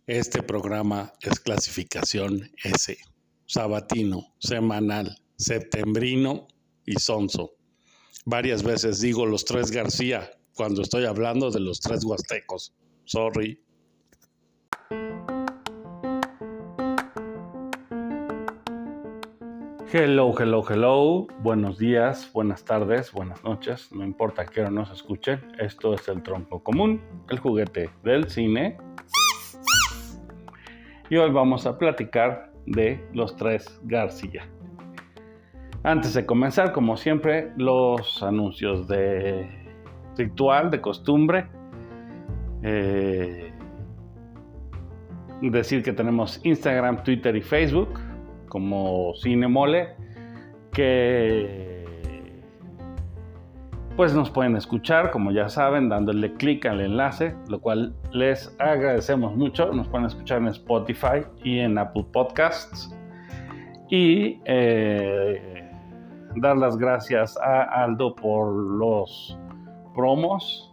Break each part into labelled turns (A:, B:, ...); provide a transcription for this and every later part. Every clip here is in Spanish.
A: Este programa es clasificación S, sabatino, semanal, septembrino y sonso. Varias veces digo los tres García cuando estoy hablando de los tres huastecos. Sorry. Hello. Buenos días, buenas tardes, buenas noches. No importa qué hora nos escuchen. Esto es el tronco común, el juguete del cine. Y hoy vamos a platicar de los tres García. Antes de comenzar, como siempre, los anuncios de ritual, de costumbre. Decir que tenemos Instagram, Twitter y Facebook como Cinemole, que pues nos pueden escuchar, como ya saben, dándole clic al enlace, lo cual les agradecemos mucho. Nos pueden escuchar en Spotify y en Apple Podcasts. Y dar las gracias a Aldo por los promos.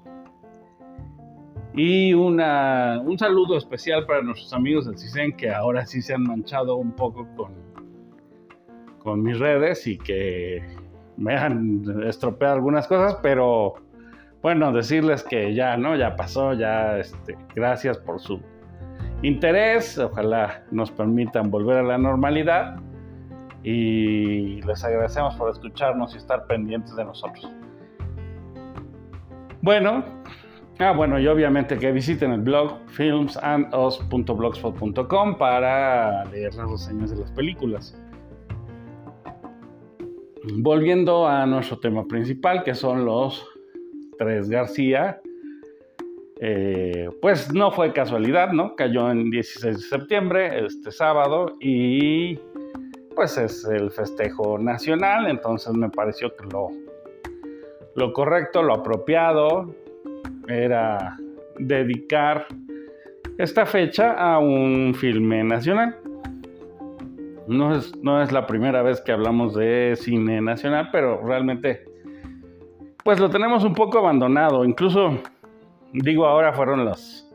A: Y un saludo especial para nuestros amigos del CISEN, que ahora sí se han manchado un poco con mis redes y que me han estropeado algunas cosas, pero bueno, decirles que ya pasó, gracias por su interés, ojalá nos permitan volver a la normalidad y les agradecemos por escucharnos y estar pendientes de nosotros. Y obviamente que visiten el blog filmsandus.blogspot.com para leer las reseñas de las películas. Volviendo a nuestro tema principal, que son los tres García, pues no fue casualidad, ¿no? Cayó en 16 de septiembre, este sábado, y pues es el festejo nacional, entonces me pareció que lo correcto, lo apropiado, era dedicar esta fecha a un filme nacional. No es la primera vez que hablamos de cine nacional, pero realmente pues lo tenemos un poco abandonado. Incluso, ahora fueron los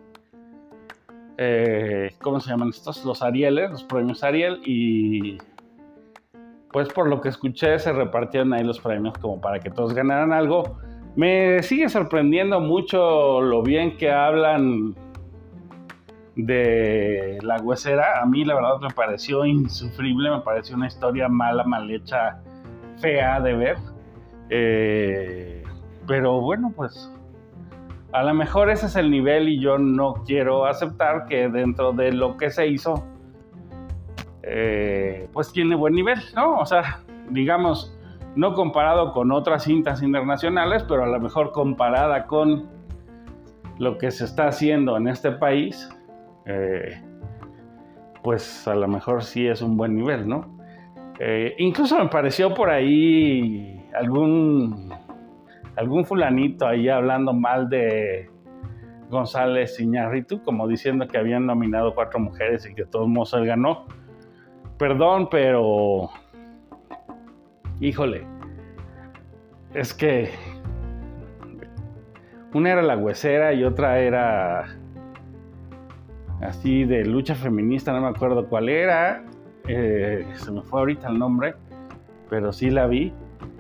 A: ¿cómo se llaman estos? Los Arieles, los premios Ariel, y pues por lo que escuché se repartieron ahí los premios como para que todos ganaran algo. Me sigue sorprendiendo mucho lo bien que hablan de La Huesera. A mí la verdad me pareció insufrible, me pareció una historia mala, mal hecha, fea de ver. Pero bueno, pues a lo mejor ese es el nivel y yo no quiero aceptar que dentro de lo que se hizo, pues tiene buen nivel, ¿no? O sea, digamos, no comparado con otras cintas internacionales, pero a lo mejor comparada con lo que se está haciendo en este país, pues a lo mejor sí es un buen nivel, ¿no? Incluso me pareció por ahí algún fulanito ahí hablando mal de González Iñárritu, como diciendo que habían nominado 4 mujeres y que de todos modos él ganó. Perdón, pero híjole, es que una era La Huesera y otra era así de lucha feminista, no me acuerdo cuál era, se me fue ahorita el nombre, pero sí la vi.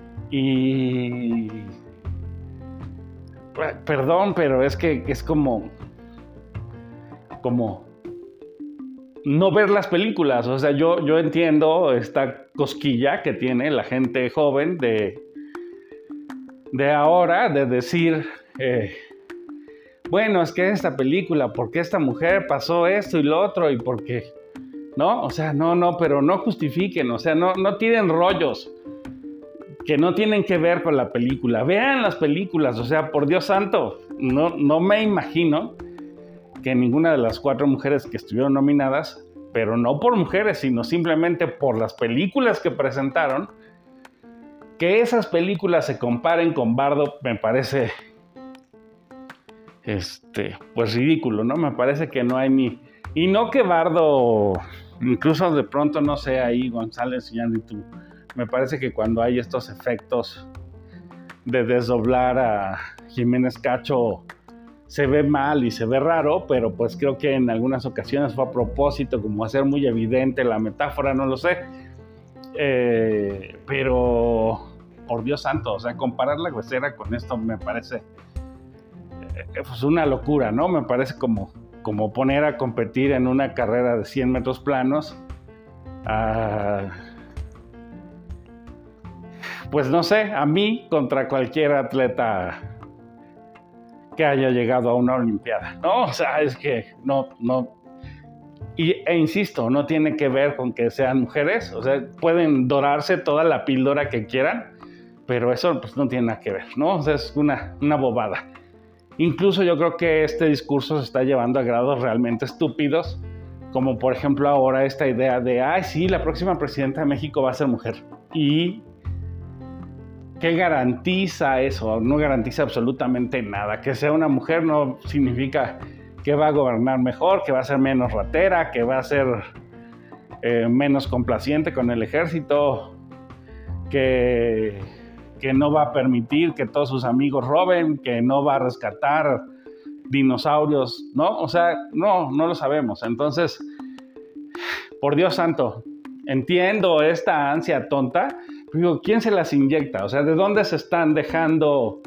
A: Y perdón, pero es que es como no ver las películas. O sea, yo entiendo esta cosquilla que tiene la gente joven de ahora, de decir, bueno, es que esta película, ¿por qué esta mujer pasó esto y lo otro? Y por qué, ¿no? O sea, no, pero no justifiquen, o sea, no tiren rollos que no tienen que ver con la película. Vean las películas, o sea, por Dios santo, no me imagino que ninguna de las 4 mujeres que estuvieron nominadas, pero no por mujeres, sino simplemente por las películas que presentaron, que esas películas se comparen con Bardo, me parece pues ridículo, ¿no? Me parece que no hay ni... Y no que Bardo, incluso de pronto, no sé, ahí González Iñárritu, me parece que cuando hay estos efectos de desdoblar a Jiménez Cacho se ve mal y se ve raro, pero pues creo que en algunas ocasiones fue a propósito, como hacer muy evidente la metáfora, no lo sé. Pero, por Dios santo, o sea, comparar la huesera con esto me parece pues una locura, ¿no? Me parece como poner a competir en una carrera de 100 metros planos pues no sé, a mí contra cualquier atleta que haya llegado a una olimpiada, ¿no? O sea, es que no, insisto, no tiene que ver con que sean mujeres, o sea, pueden dorarse toda la píldora que quieran, pero eso pues no tiene nada que ver, ¿no? O sea, es una bobada. Incluso yo creo que este discurso se está llevando a grados realmente estúpidos, como por ejemplo ahora esta idea de, ay, sí, la próxima presidenta de México va a ser mujer. ¿Y qué garantiza eso? No garantiza absolutamente nada. Que sea una mujer no significa que va a gobernar mejor, que va a ser menos ratera, que va a ser menos complaciente con el ejército, que no va a permitir que todos sus amigos roben, que no va a rescatar dinosaurios, ¿no? O sea, no lo sabemos. Entonces, por Dios santo, entiendo esta ansia tonta, pero digo, ¿quién se las inyecta? O sea, ¿de dónde se están dejando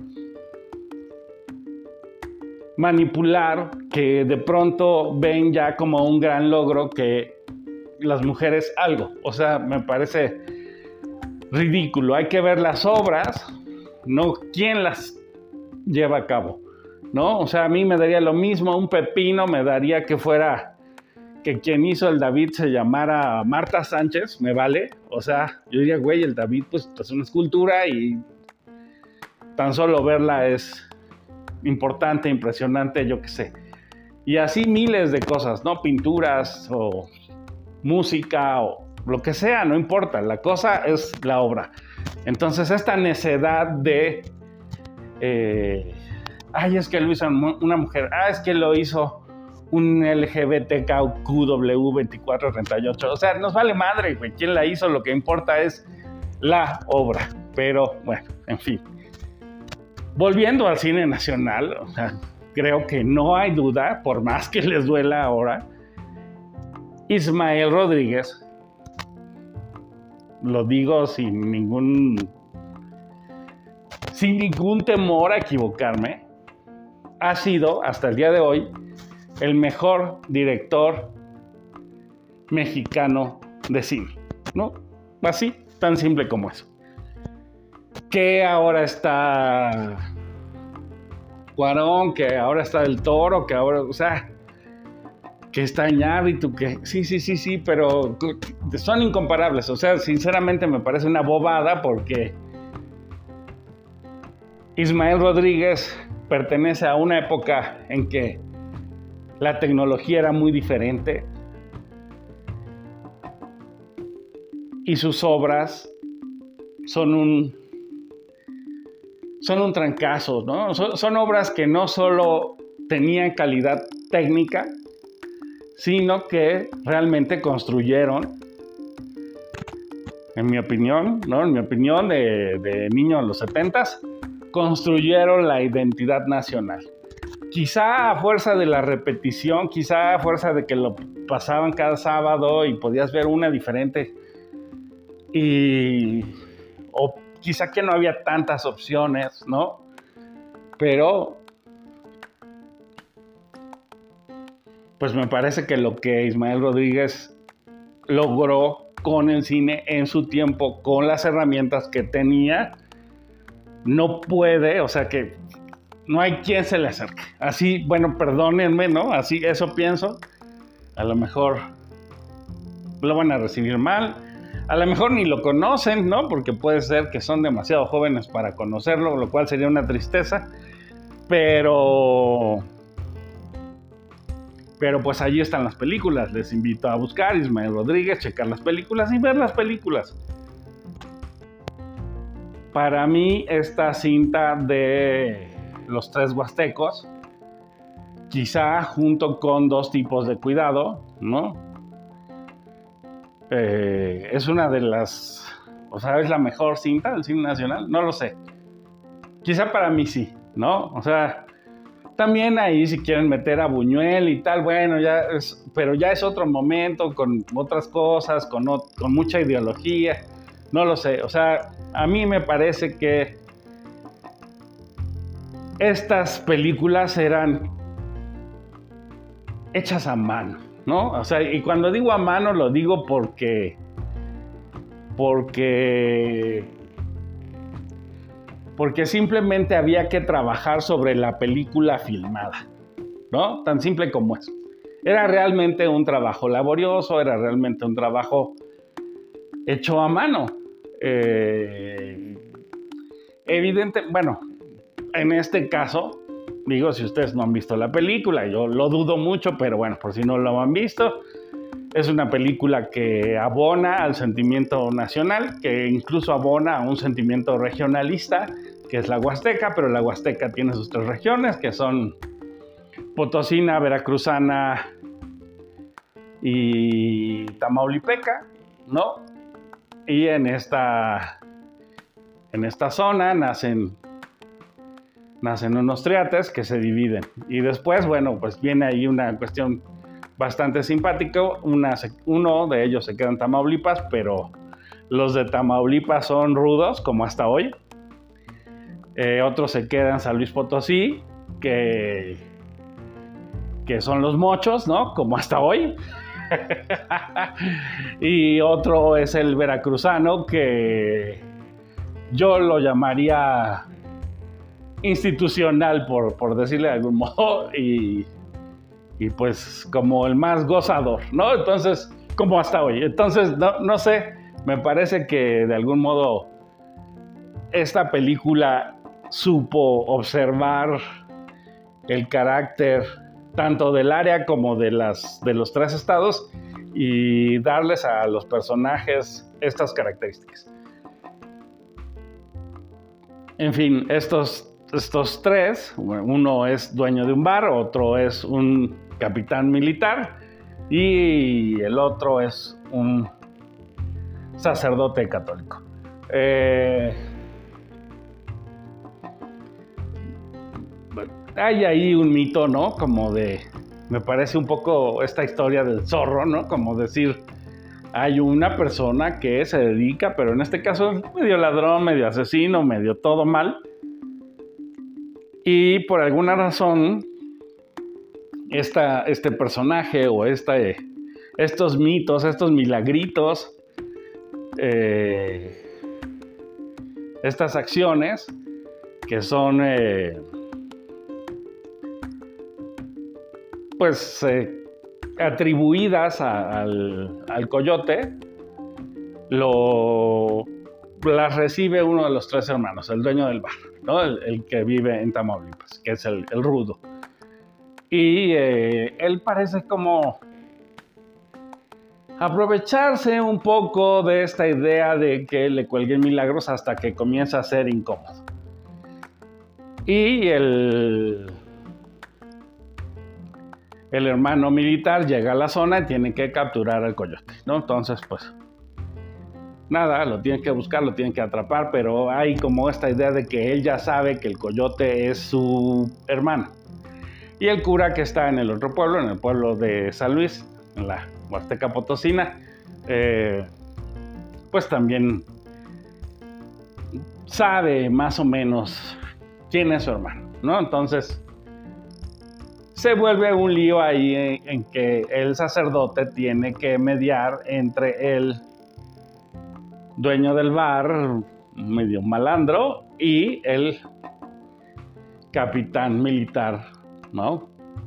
A: manipular que de pronto ven ya como un gran logro que las mujeres algo? O sea, me parece ridículo. Hay que ver las obras, no quién las lleva a cabo, ¿no? O sea, a mí me daría lo mismo, un pepino me daría que fuera, que quien hizo el David se llamara Marta Sánchez, me vale. O sea, yo diría, güey, el David pues es una escultura y tan solo verla es importante, impresionante, yo qué sé. Y así miles de cosas, ¿no? Pinturas o música o lo que sea, no importa, la cosa es la obra. Entonces esta necedad de ay, es que lo hizo una mujer, es que lo hizo un LGBTQW2438, o sea, nos vale madre, güey, quién la hizo, lo que importa es la obra. Pero bueno, en fin, volviendo al cine nacional, o sea, creo que no hay duda, por más que les duela ahora, Ismael Rodríguez, lo digo sin ningún temor a equivocarme, ha sido hasta el día de hoy el mejor director mexicano de cine, ¿no? Así, tan simple como eso. Que ahora está Cuarón, que ahora está Del Toro, que ahora, o sea, que está Iñárritu, que sí, pero son incomparables. O sea, sinceramente me parece una bobada porque Ismael Rodríguez pertenece a una época en que la tecnología era muy diferente y sus obras son un trancazo, ¿no? Son obras que no solo tenían calidad técnica, sino que realmente construyeron, en mi opinión, ¿no? En mi opinión de niño en los 70s, construyeron la identidad nacional. Quizá a fuerza de la repetición, quizá a fuerza de que lo pasaban cada sábado y podías ver una diferente, o quizá que no había tantas opciones, ¿no? Pero pues me parece que lo que Ismael Rodríguez logró con el cine en su tiempo, con las herramientas que tenía, no puede, o sea que no hay quien se le acerque. Así, bueno, perdónenme, ¿no? Así, eso pienso. A lo mejor lo van a recibir mal. A lo mejor ni lo conocen, ¿no? Porque puede ser que son demasiado jóvenes para conocerlo, lo cual sería una tristeza. Pero pues allí están las películas. Les invito a buscar Ismael Rodríguez, checar las películas y ver las películas. Para mí, esta cinta de Los Tres Huastecos, quizá junto con Dos Tipos de Cuidado, ¿no? Es una de las, o sea, es la mejor cinta del cine nacional, no lo sé. Quizá para mí sí, ¿no? O sea, También ahí si quieren meter a Buñuel y tal, bueno, pero ya es otro momento, con otras cosas, con mucha ideología, no lo sé. O sea, a mí me parece que estas películas eran hechas a mano, ¿no? O sea, y cuando digo a mano lo digo porque simplemente había que trabajar sobre la película filmada, ¿no? Tan simple como eso. Era realmente un trabajo laborioso, era realmente un trabajo hecho a mano. Bueno, en este caso, digo, si ustedes no han visto la película, yo lo dudo mucho, pero bueno, por si no lo han visto, es una película que abona al sentimiento nacional, que incluso abona a un sentimiento regionalista, que es la Huasteca, pero la Huasteca tiene sus 3 regiones, que son potosina, veracruzana y tamaulipeca, ¿no? Y en esta zona nacen unos triates que se dividen. Y después, bueno, pues viene ahí una cuestión bastante simpática. Uno de ellos se queda en Tamaulipas, pero los de Tamaulipas son rudos, como hasta hoy. Otros se quedan en San Luis Potosí, que son los mochos, ¿no? Como hasta hoy. Y otro es el veracruzano, que yo lo llamaría institucional, por decirle de algún modo, y pues como el más gozador, ¿no? Entonces, como hasta hoy. Entonces, no sé, me parece que de algún modo esta película supo observar el carácter tanto del área como de los 3 estados y darles a los personajes estas características. En fin, estos 3, uno es dueño de un bar, otro es un capitán militar y el otro es un sacerdote católico. Hay ahí un mito, ¿no? Me parece un poco esta historia del zorro, ¿no? Como decir, hay una persona que se dedica, pero en este caso es medio ladrón, medio asesino, medio todo mal. Y por alguna razón, este personaje o estos mitos, estos milagritos, estas acciones que son atribuidas al coyote, las recibe uno de los 3 hermanos, el dueño del bar, ¿no? El que vive en Tamaulipas, que es el rudo. Y él parece como aprovecharse un poco de esta idea de que le cuelguen milagros hasta que comienza a ser incómodo. Y el hermano militar llega a la zona y tiene que capturar al coyote, ¿no? Entonces, pues, nada, lo tienen que buscar, lo tienen que atrapar, pero hay como esta idea de que él ya sabe que el coyote es su hermano. Y el cura que está en el otro pueblo, en el pueblo de San Luis, en la Huasteca Potosina, pues también sabe más o menos quién es su hermano, ¿no? Entonces se vuelve un lío ahí en que el sacerdote tiene que mediar entre el dueño del bar, medio malandro, y el capitán militar, ¿no?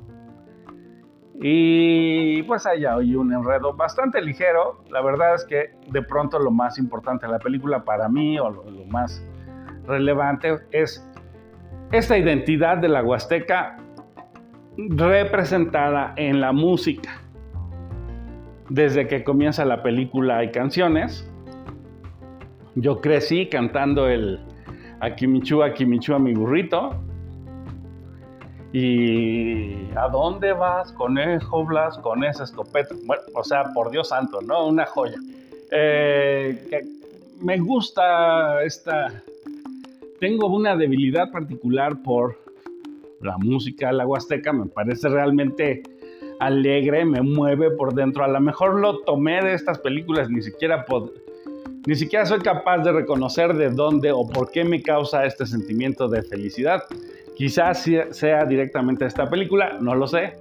A: Y pues hay un enredo bastante ligero. La verdad es que de pronto lo más importante de la película para mí, o lo más relevante, es esta identidad de la Huasteca representada en la música. Desde que comienza la película hay canciones. Yo crecí cantando el Aquimichúa, Aquimichúa, mi burrito. Y ¿a dónde vas, conejo Blas, con esa escopeta? Bueno, o sea, por Dios santo, ¿no? Una joya. Me gusta tengo una debilidad particular por la música de la Huasteca me parece realmente alegre, me mueve por dentro. A lo mejor lo tomé de estas películas, ni siquiera soy capaz de reconocer de dónde o por qué me causa este sentimiento de felicidad. Quizás sea directamente esta película, no lo sé.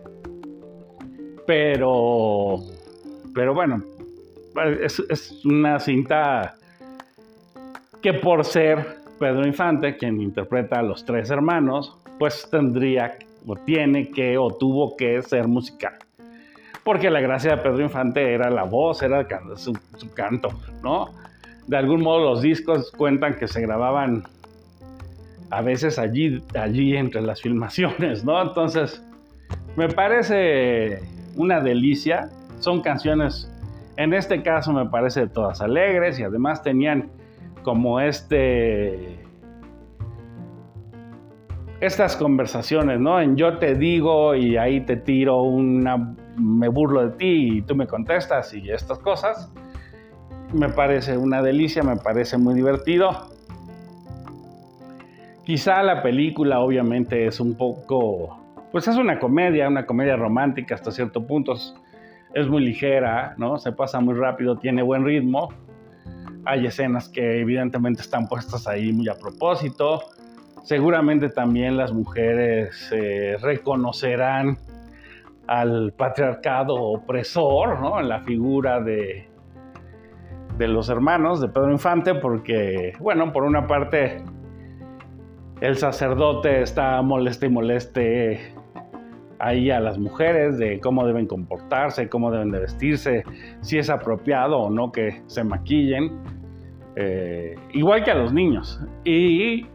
A: Pero bueno, es una cinta que por ser Pedro Infante, quien interpreta a los tres hermanos, pues tendría o tiene que o tuvo que ser musical. Porque la gracia de Pedro Infante era la voz, era su canto, ¿no? De algún modo los discos cuentan que se grababan a veces allí entre las filmaciones, ¿no? Entonces, me parece una delicia. Son canciones, en este caso me parece todas alegres y además tenían como estas conversaciones, ¿no? En yo te digo y ahí te tiro me burlo de ti y tú me contestas y estas cosas. Me parece una delicia, me parece muy divertido. Quizá la película obviamente es un poco, pues es una comedia romántica hasta cierto punto. Es muy ligera, ¿no? Se pasa muy rápido, tiene buen ritmo. Hay escenas que evidentemente están puestas ahí muy a propósito. Seguramente también las mujeres reconocerán al patriarcado opresor, ¿no? En la figura de los hermanos de Pedro Infante, porque, bueno, por una parte el sacerdote está moleste ahí a las mujeres de cómo deben comportarse, cómo deben de vestirse, si es apropiado o no que se maquillen, igual que a los niños. Y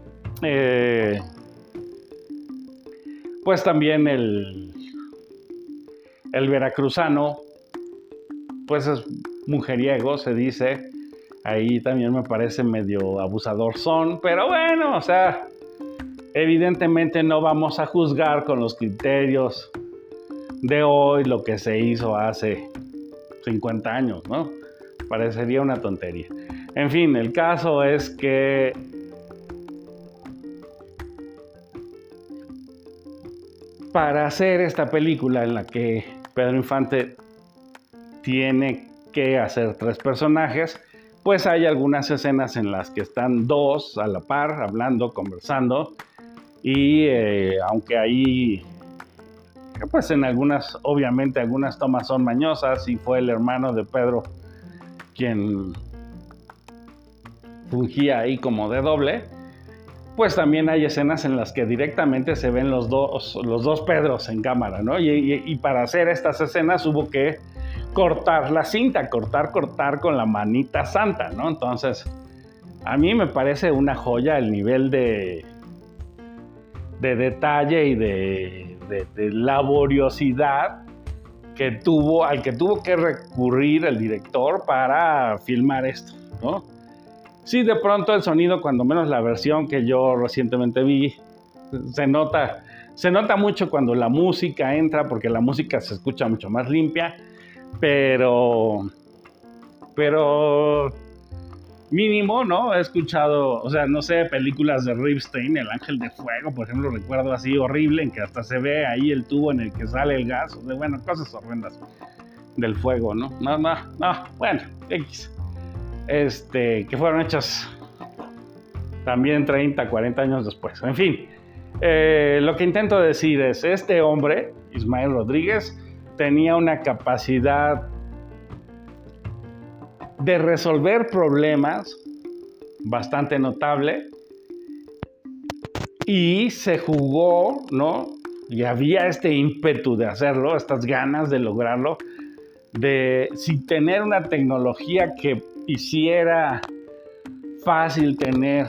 A: pues también el veracruzano, pues es mujeriego, se dice. Ahí también me parece medio abusador pero bueno, o sea, evidentemente no vamos a juzgar con los criterios de hoy lo que se hizo hace 50 años, ¿no? Parecería una tontería. En fin, el caso es que para hacer esta película en la que Pedro Infante tiene que hacer tres personajes, pues hay algunas escenas en las que están dos a la par, hablando, conversando, y aunque ahí, pues en obviamente algunas tomas son mañosas, y fue el hermano de Pedro quien fungía ahí como de doble, pues también hay escenas en las que directamente se ven los dos Pedros en cámara, ¿no? Y para hacer estas escenas hubo que cortar la cinta, cortar con la manita santa, ¿no? Entonces, a mí me parece una joya el nivel de detalle y de laboriosidad al que tuvo que recurrir el director para filmar esto, ¿no? Sí, de pronto el sonido, cuando menos la versión que yo recientemente vi, se nota mucho cuando la música entra, porque la música se escucha mucho más limpia, pero mínimo, ¿no? He escuchado, o sea, no sé, películas de Ripstein, El Ángel de Fuego, por ejemplo, recuerdo así horrible, en que hasta se ve ahí el tubo en el que sale el gas, o sea, bueno, cosas horrendas del fuego, ¿no? No, bueno, X. Que fueron hechas también 30, 40 años después. En fin, lo que intento decir es, este hombre, Ismael Rodríguez, tenía una capacidad de resolver problemas bastante notable y se jugó, ¿no? Y había este ímpetu de hacerlo, estas ganas de lograrlo, de si tener una tecnología que hiciera fácil tener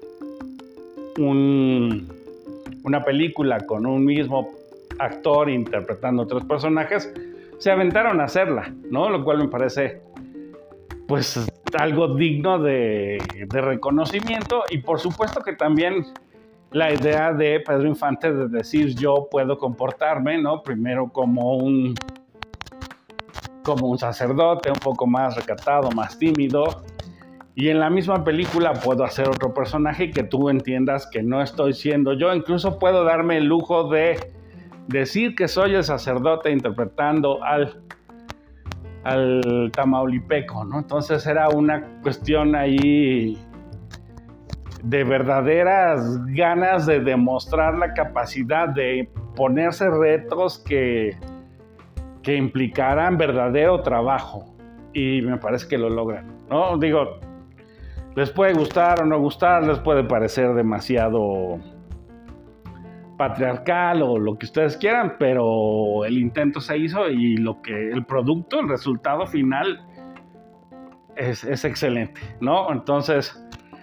A: una película con un mismo actor interpretando tres personajes, se aventaron a hacerla, ¿no? Lo cual me parece, pues, algo digno de reconocimiento, y por supuesto que también la idea de Pedro Infante de decir yo puedo comportarme, ¿no? Primero como un sacerdote un poco más recatado, más tímido, Y en la misma película puedo hacer otro personaje y que tú entiendas que no estoy siendo yo. Incluso puedo darme el lujo de decir que soy el sacerdote interpretando al tamaulipeco, ¿no? Entonces era una cuestión ahí de verdaderas ganas de demostrar la capacidad de ponerse retos que implicaran verdadero trabajo. Y me parece que lo logran, ¿no? Digo, les puede gustar o no gustar, les puede parecer demasiado patriarcal o lo que ustedes quieran, pero el intento se hizo y el producto, el resultado final es excelente, ¿no? Entonces,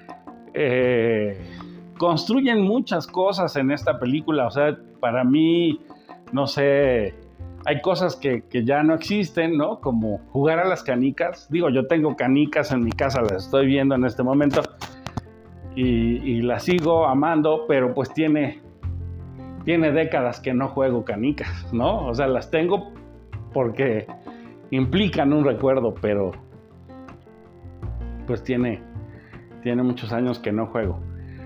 A: construyen muchas cosas en esta película. O sea, para mí, no sé, hay cosas que ya no existen, ¿no? Como jugar a las canicas. Digo, yo tengo canicas en mi casa, las estoy viendo en este momento y las sigo amando, pero pues tiene décadas que no juego canicas, ¿no? O sea, las tengo porque implican un recuerdo, pero pues tiene muchos años que no juego.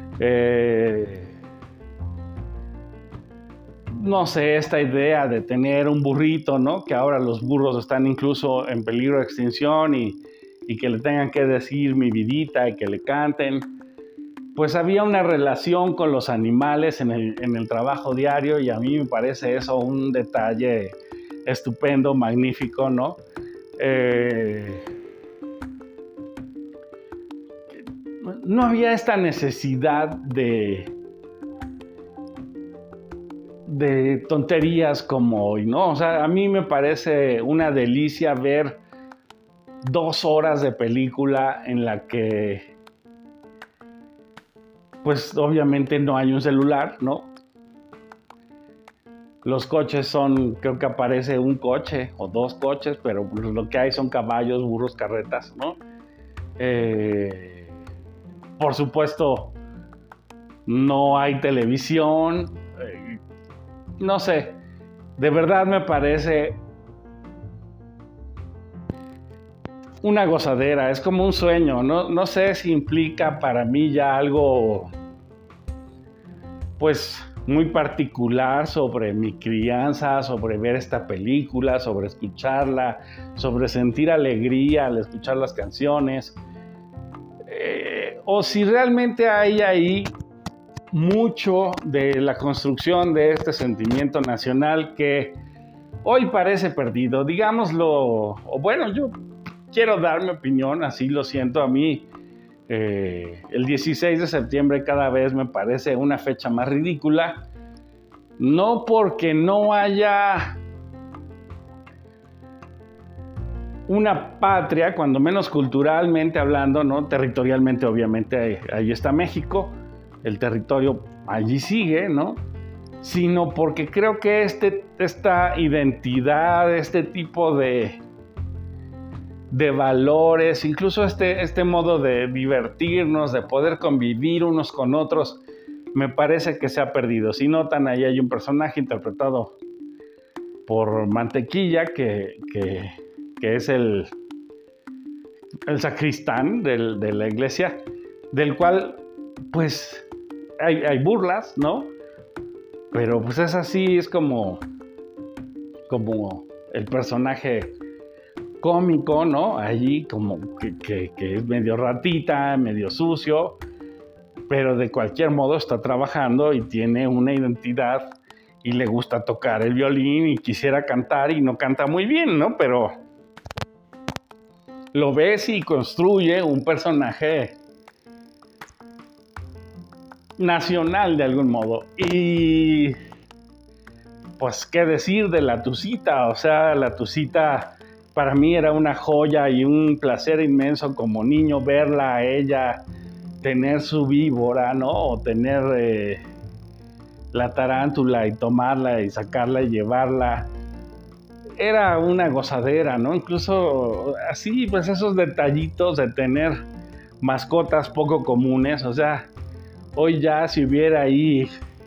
A: No sé, esta idea de tener un burrito, ¿no? Que ahora los burros están incluso en peligro de extinción y que le tengan que decir mi vidita y que le canten. Pues había una relación con los animales en el trabajo diario y a mí me parece eso un detalle estupendo, magnífico, ¿no? No había esta necesidad de tonterías como hoy, ¿no? O sea, a mí me parece una delicia ver 2 horas de película en la que pues obviamente no hay un celular, ¿no? Los coches son, creo que aparece un coche o 2 coches, pero lo que hay son caballos, burros, carretas, ¿no? Por supuesto, no hay televisión. No sé, de verdad me parece una gozadera, es como un sueño. No sé si implica para mí ya algo pues muy particular sobre mi crianza, sobre ver esta película, sobre escucharla, sobre sentir alegría al escuchar las canciones, o si realmente hay ahí mucho de la construcción de este sentimiento nacional que hoy parece perdido, digámoslo. O bueno, yo quiero dar mi opinión, así lo siento. A mí el 16 de septiembre cada vez me parece una fecha más ridícula, no porque no haya una patria, cuando menos culturalmente hablando, ¿no? Territorialmente obviamente ahí está México, el territorio allí sigue, ¿no? Sino porque creo que esta identidad, este tipo de valores, incluso este modo de divertirnos, de poder convivir unos con otros, me parece que se ha perdido. Si notan, ahí hay un personaje interpretado por Mantequilla, que es el sacristán de la iglesia, del cual pues hay burlas, ¿no? Pero pues es así, es como el personaje cómico, ¿no? Allí como que es medio ratita, medio sucio, pero de cualquier modo está trabajando y tiene una identidad y le gusta tocar el violín y quisiera cantar y no canta muy bien, ¿no? Pero lo ves y construye un personaje nacional de algún modo. Y pues qué decir de la Tucita. O sea, la Tucita para mí era una joya y un placer inmenso como niño verla a ella tener su víbora, ¿no? O tener la tarántula y tomarla y sacarla y llevarla. Era una gozadera, ¿no? Incluso así, pues esos detallitos de tener mascotas poco comunes. O sea, hoy ya si hubiera ahí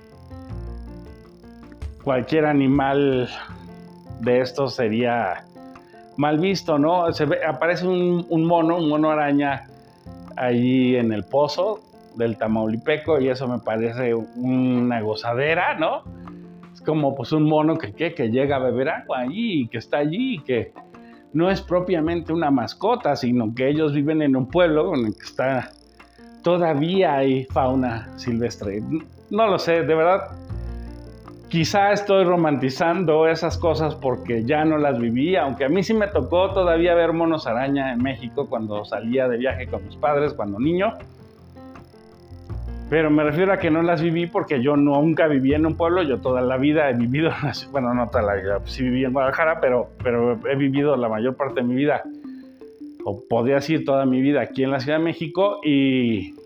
A: cualquier animal de estos sería mal visto, ¿no? Aparece un mono araña allí en el pozo del Tamaulipeco y eso me parece una gozadera, ¿no? Es como pues un mono que llega a beber agua allí y que está allí y que no es propiamente una mascota, sino que ellos viven en un pueblo en el que está todavía hay fauna silvestre. No lo sé, de verdad. Quizá estoy romantizando esas cosas porque ya no las viví, aunque a mí sí me tocó todavía ver monos araña en México cuando salía de viaje con mis padres cuando niño. Pero me refiero a que no las viví porque yo nunca viví en un pueblo, yo toda la vida he vivido, bueno, no toda la vida, sí viví en Guadalajara, pero he vivido la mayor parte de mi vida, o podría decir toda mi vida aquí en la Ciudad de México y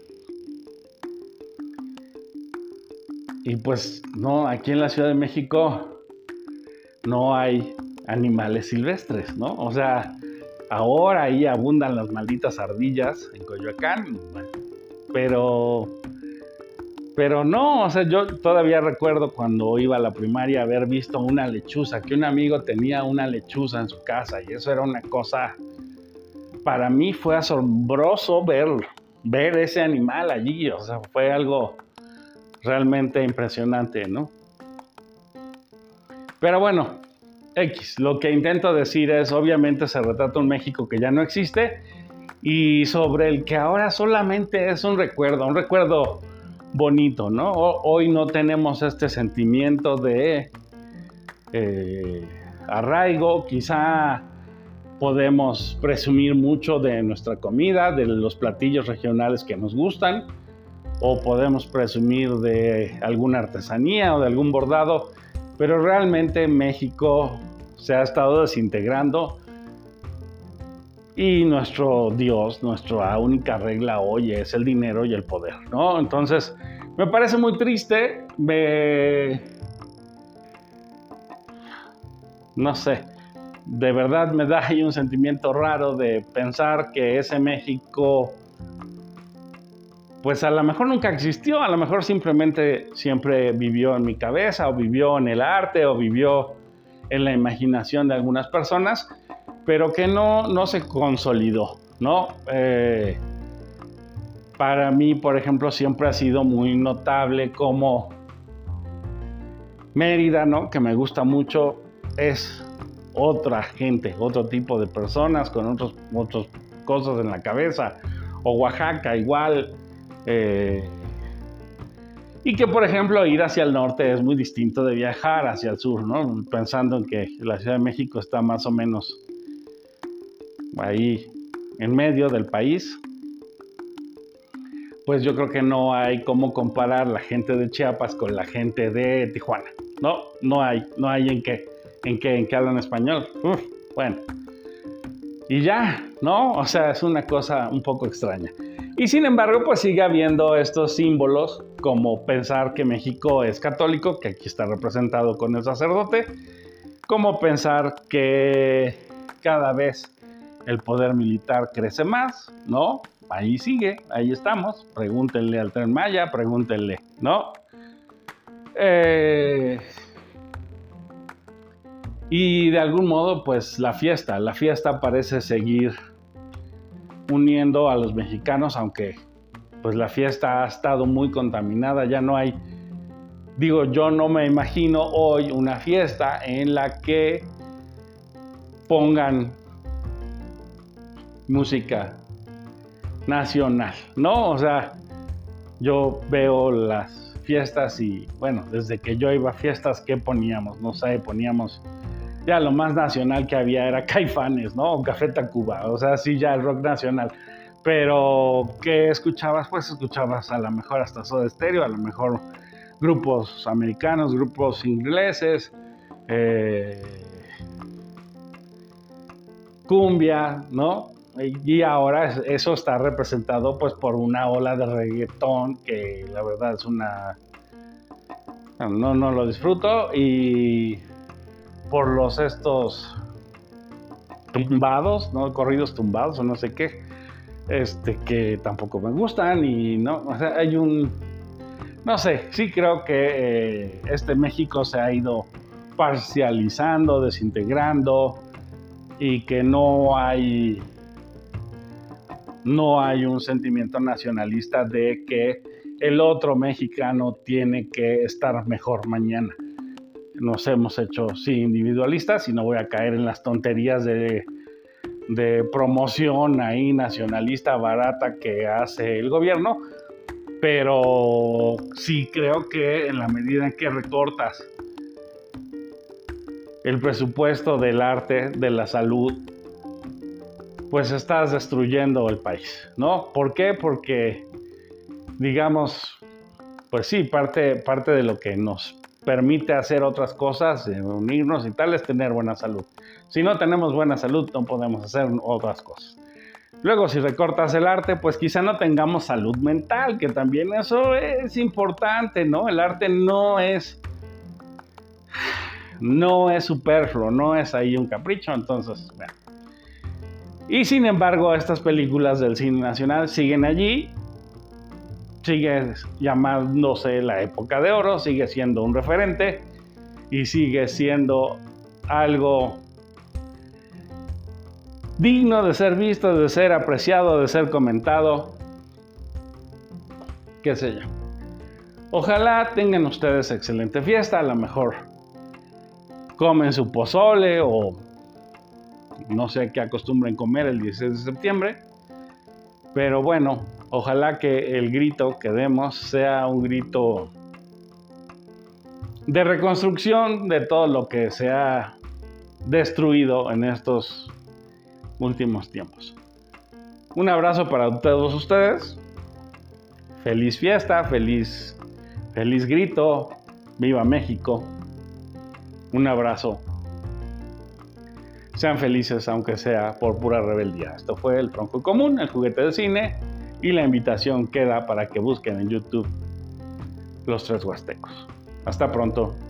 A: pues no, aquí en la Ciudad de México no hay animales silvestres, ¿no? O sea, ahora ahí abundan las malditas ardillas en Coyoacán, pero no, o sea, yo todavía recuerdo cuando iba a la primaria haber visto una lechuza, que un amigo tenía una lechuza en su casa y eso era una cosa, para mí fue asombroso ver ese animal allí, o sea, fue algo realmente impresionante, ¿no? Pero bueno, lo que intento decir es, obviamente se retrata un México que ya no existe y sobre el que ahora solamente es un recuerdo bonito, ¿no? Hoy no tenemos este sentimiento de arraigo, quizá podemos presumir mucho de nuestra comida, de los platillos regionales que nos gustan, o podemos presumir de alguna artesanía o de algún bordado, pero realmente México se ha estado desintegrando y nuestro Dios, nuestra única regla hoy es el dinero y el poder, ¿no? Entonces, me parece muy triste, no sé, de verdad me da ahí un sentimiento raro de pensar que ese México, pues a lo mejor nunca existió, a lo mejor simplemente siempre vivió en mi cabeza, o vivió en el arte, o vivió en la imaginación de algunas personas, pero que no se consolidó, ¿no? Para mí, por ejemplo, siempre ha sido muy notable como Mérida, ¿no? Que me gusta mucho, es otra gente, otro tipo de personas con otras cosas en la cabeza, o Oaxaca igual, y que, por ejemplo, ir hacia el norte es muy distinto de viajar hacia el sur, ¿no? Pensando en que la Ciudad de México está más o menos ahí en medio del país, pues yo creo que no hay cómo comparar la gente de Chiapas con la gente de Tijuana, ¿no? No hay en qué hablan español. Bueno, y ya, ¿no? O sea, es una cosa un poco extraña. Y sin embargo, pues sigue habiendo estos símbolos, como pensar que México es católico, que aquí está representado con el sacerdote, como pensar que cada vez el poder militar crece más, ¿no? Ahí sigue, ahí estamos, pregúntenle al Tren Maya, pregúntenle, ¿no? Y de algún modo, pues la fiesta parece seguir uniendo a los mexicanos, aunque pues la fiesta ha estado muy contaminada, ya no hay, yo no me imagino hoy una fiesta en la que pongan música nacional, ¿no? O sea, yo veo las fiestas y, bueno, desde que yo iba a fiestas, ¿qué poníamos? No sé, poníamos, ya lo más nacional que había era Caifanes, ¿no? O Café Tacuba, o sea, sí, ya el rock nacional. Pero, ¿qué escuchabas? Pues escuchabas a lo mejor hasta Soda Stereo, a lo mejor grupos americanos, grupos ingleses, cumbia, ¿no? Y ahora eso está representado pues por una ola de reggaetón que la verdad es no lo disfruto, y por estos tumbados, ¿no? Corridos tumbados o no sé qué, que tampoco me gustan, y no, o sea, no sé, sí creo que México se ha ido parcializando, desintegrando, y que no hay No hay un sentimiento nacionalista de que el otro mexicano tiene que estar mejor mañana. Nos hemos hecho, sí, individualistas, y no voy a caer en las tonterías de promoción ahí nacionalista barata que hace el gobierno, pero sí creo que en la medida en que recortas el presupuesto del arte, de la salud, pues estás destruyendo el país, ¿no? ¿Por qué? Porque, digamos, pues sí, parte de lo que nos permite hacer otras cosas, unirnos y tal, es tener buena salud. Si no tenemos buena salud, no podemos hacer otras cosas. Luego, si recortas el arte, pues quizá no tengamos salud mental, que también eso es importante, ¿no? El arte no es superfluo, no es ahí un capricho, entonces, bueno. Y sin embargo, estas películas del cine nacional siguen allí, sigue llamándose la época de oro, sigue siendo un referente y sigue siendo algo digno de ser visto, de ser apreciado, de ser comentado, qué sé yo. Ojalá tengan ustedes excelente fiesta, a lo mejor comen su pozole o no sé qué acostumbren comer el 16 de septiembre, pero bueno, ojalá que el grito que demos sea un grito de reconstrucción de todo lo que se ha destruido en estos últimos tiempos. Un abrazo para todos ustedes. Feliz fiesta, feliz grito. Viva México. Un abrazo. Sean felices, aunque sea por pura rebeldía. Esto fue el Tronco Común, el juguete de cine, y la invitación queda para que busquen en YouTube Los Tres Huastecos. Hasta pronto.